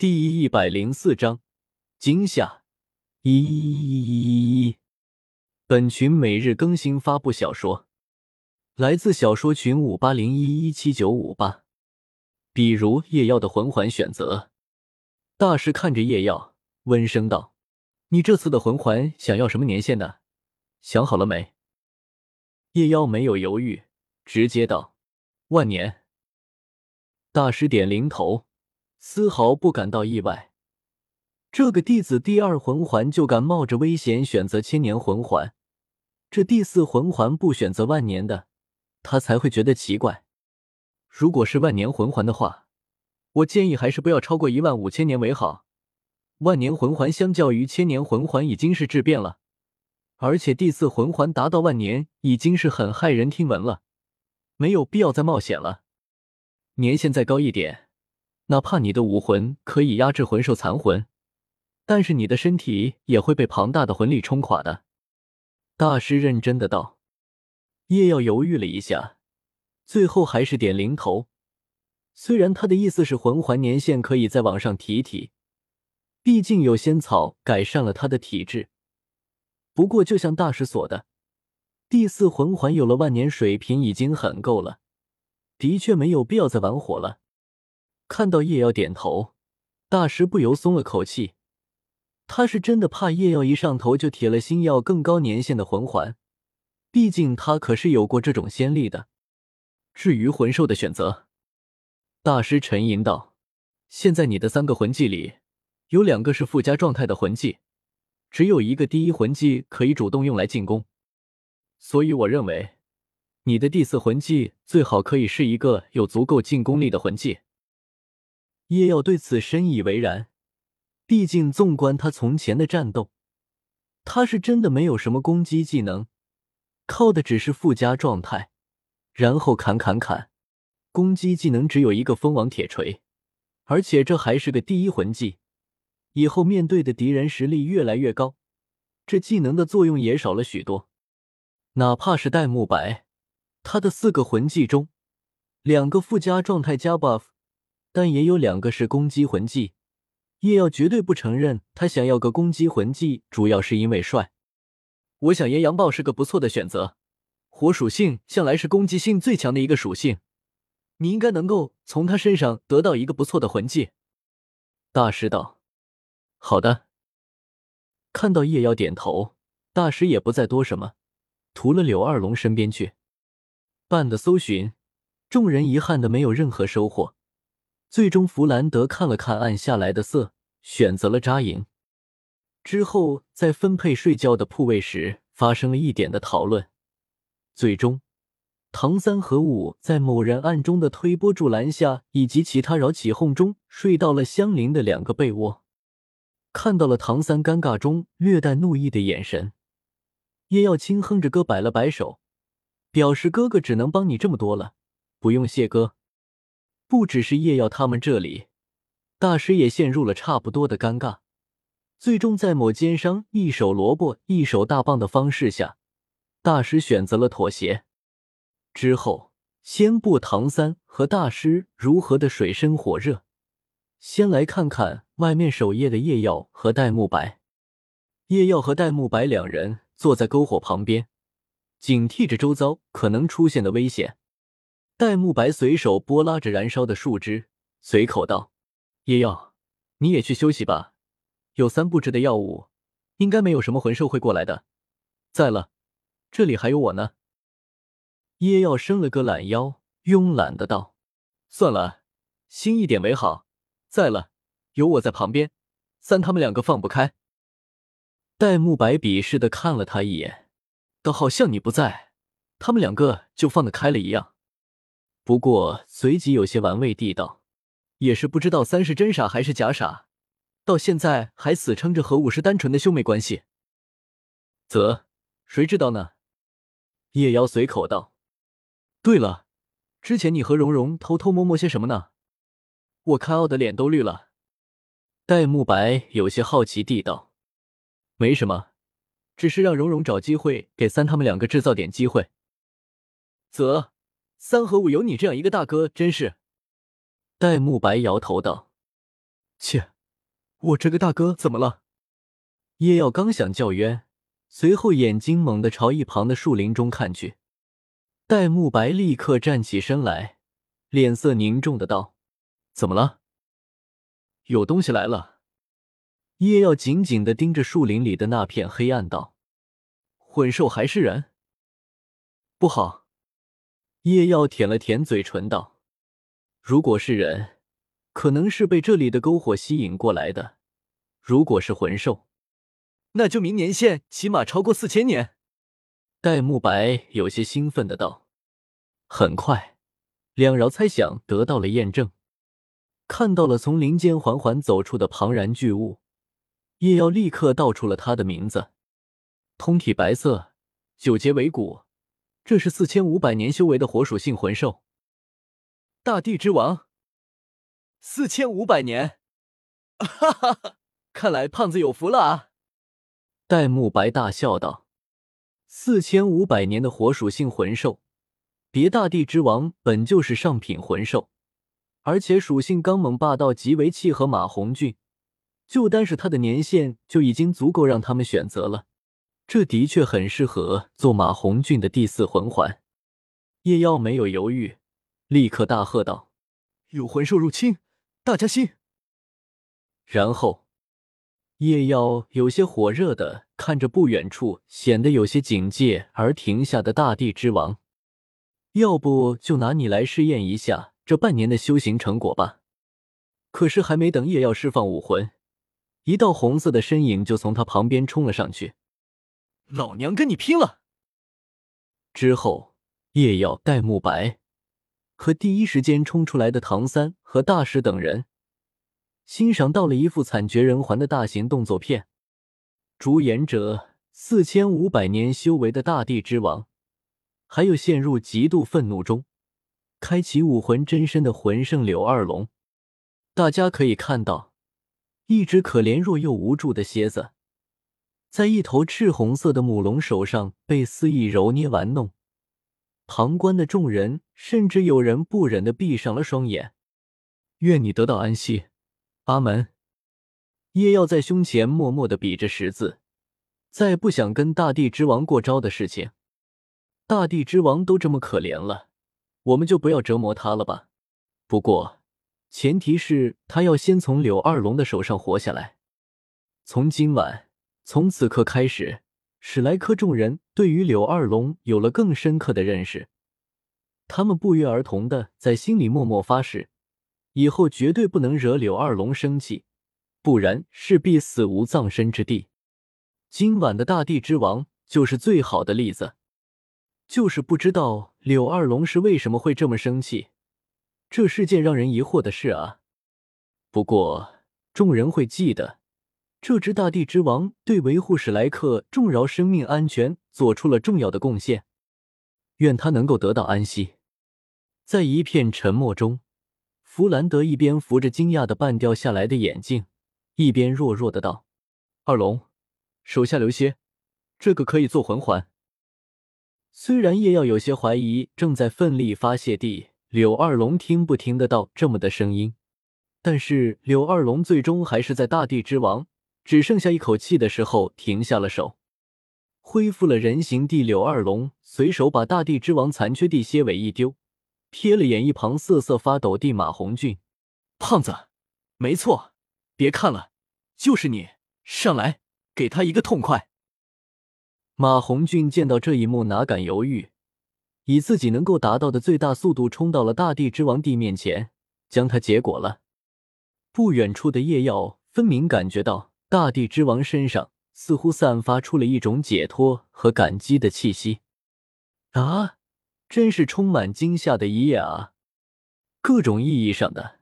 第104章惊吓。本群每日更新发布小说，来自小说群5801179558。比如夜耀的魂环选择。大师看着夜耀，温声道：“你这次的魂环想要什么年限的？想好了没？”夜耀没有犹豫，直接道：“万年。”大师点灵头，丝毫不感到意外。这个弟子第二魂环就敢冒着危险选择千年魂环，这第四魂环不选择万年的，他才会觉得奇怪。如果是万年魂环的话，我建议还是不要超过15000年为好。万年魂环相较于千年魂环已经是质变了，而且第四魂环达到万年已经是很骇人听闻了，没有必要再冒险了。年限再高一点，哪怕你的武魂可以压制魂兽残魂，但是你的身体也会被庞大的魂力冲垮的。大师认真的道。叶耀犹豫了一下，最后还是点灵头。虽然他的意思是魂环年限可以再往上提提，毕竟有仙草改善了他的体质，不过就像大师所的，第四魂环有了万年水平已经很够了，的确没有必要再玩火了。看到叶耀点头，大师不由松了口气。他是真的怕叶耀一上头就铁了心要更高年限的魂环，毕竟他可是有过这种先例的。至于魂兽的选择，大师沉吟道：“现在你的3个魂技里，有2个是附加状态的魂技，只有1个第一魂技可以主动用来进攻，所以我认为你的第四魂技最好可以是一个有足够进攻力的魂技。”叶耀对此深以为然。毕竟纵观他从前的战斗，他是真的没有什么攻击技能，靠的只是附加状态，然后砍。攻击技能只有1个蜂王铁锤，而且这还是个第一魂技，以后面对的敌人实力越来越高，这技能的作用也少了许多。哪怕是戴沐白，他的4个魂技中2个附加状态加 buff， 但也有2个是攻击魂技。叶耀绝对不承认他想要个攻击魂技主要是因为帅。我想岩阳豹是个不错的选择，火属性向来是攻击性最强的一个属性，你应该能够从他身上得到一个不错的魂技。大师道：“好的。”看到叶耀点头，大师也不再多什么，屠了柳二龙身边去。办的搜寻，众人遗憾的没有任何收获。最终弗兰德看了看按下来的色，选择了扎营。之后在分配睡觉的铺位时发生了一点的讨论，最终唐三和武在某人暗中的推波助澜下以及其他扰起哄中睡到了相邻的2个被窝。看到了唐三尴尬中略带怒意的眼神，叶耀轻哼着哥摆了摆手，表示哥哥只能帮你这么多了，不用谢哥。不只是叶耀他们这里，大师也陷入了差不多的尴尬。最终在某奸商一手萝卜一手大棒的方式下，大师选择了妥协。之后先不唐三和大师如何的水深火热，先来看看外面守夜的叶耀和戴沐白。叶耀和戴沐白2人坐在篝火旁边，警惕着周遭可能出现的危险。戴沐白随手拨拉着燃烧的树枝，随口道：“叶耀，你也去休息吧，有3布置的药物，应该没有什么魂兽会过来的。再了，这里还有我呢。”叶耀伸了个懒腰，慵懒的道：“算了，轻一点为好。再了，有我在旁边，3他们2个放不开。”戴沐白鄙视的看了他一眼，倒好像你不在，他们2个就放得开了一样。不过随即有些玩味地道：“也是不知道3是真傻还是假傻，到现在还死撑着和武是单纯的兄妹关系。谁知道呢？”叶瑶随口道：“对了，之前你和蓉蓉偷偷摸摸些什么呢？我看傲的脸都绿了。”戴沐白有些好奇地道：“没什么，只是让蓉蓉找机会给3他们2个制造点机会。3和5有你这样一个大哥真是。”戴沐白摇头道：“ 切，我这个大哥怎么了？ 叶耀刚想叫冤，随后眼睛猛地朝一旁的树林中看去。戴沐白立刻站起身来，脸色凝重的道：“怎么了？” 有东西来了。 叶耀紧紧地盯着树林里的那片黑暗道：“ 魂兽还是人？ 不好。”叶耀舔了舔嘴唇道：“如果是人，可能是被这里的篝火吸引过来的；如果是魂兽， 那就明年限起码超过4000年。” 戴沐白有些兴奋的道。很快，两饶猜想得到了验证。看到了从林间缓缓走出的庞然巨物，叶耀立刻道出了他的名字：通体白色，9节为骨，这是4500年修为的火属性魂兽。 大地之王，4500年，哈哈哈！看来胖子有福了啊！ 戴沐白大笑道：4500年的火属性魂兽，别大地之王本就是上品魂兽，而且属性刚猛霸道，极为契合马红俊。就单是他的年限就已经足够让他们选择了，这的确很适合做马红俊的第4魂环。叶耀没有犹豫，立刻大喝道：“ 有魂兽入侵，大家心！” 然后叶耀有些火热的看着不远处显得有些警戒而停下的大地之王：“要不就拿你来试验一下这半年的修行成果吧。”可是还没等叶耀释放武魂，一道红色的身影就从他旁边冲了上去。 “老娘跟你拼了！” 之后，叶耀、戴沐白和第一时间冲出来的唐三和大师等人欣赏到了一副惨绝人寰的大型动作片。主演者4500年修为的大地之王，还有陷入极度愤怒中开启武魂真身的魂圣柳二龙。大家可以看到，一只可怜弱又无助的蝎子在一头赤红色的母龙手上被肆意揉捏玩弄，旁观的众人甚至有人不忍地闭上了双眼。愿你得到安息，阿门。叶耀在胸前默默地比着10字，再不想跟大地之王过招的事情。大地之王都这么可怜了，我们就不要折磨他了吧。不过前提是他要先从柳二龙的手上活下来。从今晚，从此刻开始，史莱克众人对于柳二龙有了更深刻的认识。他们不约而同地在心里默默发誓，以后绝对不能惹柳二龙生气，不然势必死无葬身之地。今晚的大地之王就是最好的例子。就是不知道柳二龙是为什么会这么生气，这是件让人疑惑的事啊。不过众人会记得，这只大地之王对维护史莱克众饶生命安全做出了重要的贡献，愿他能够得到安息。在一片沉默中，弗兰德一边扶着惊讶的半掉下来的眼镜，一边弱弱的道：“二龙，手下留些，这个可以做魂环。”虽然叶耀有些怀疑正在奋力发泄地柳二龙听不听得到这么的声音，但是柳二龙最终还是在大地之王只剩下一口气的时候停下了手。恢复了人形地柳二龙随手把大地之王残缺地蝎尾一丢，瞥了眼一旁瑟瑟发抖地马红俊：“ 胖子，没错，别看了，就是你，上来，给他一个痛快！” 马红俊见到这一幕哪敢犹豫，以自己能够达到的最大速度冲到了大地之王地面前，将他结果了。不远处的叶耀分明感觉到大地之王身上似乎散发出了一种解脱和感激的气息。啊，真是充满惊吓的一夜啊！各种意义上的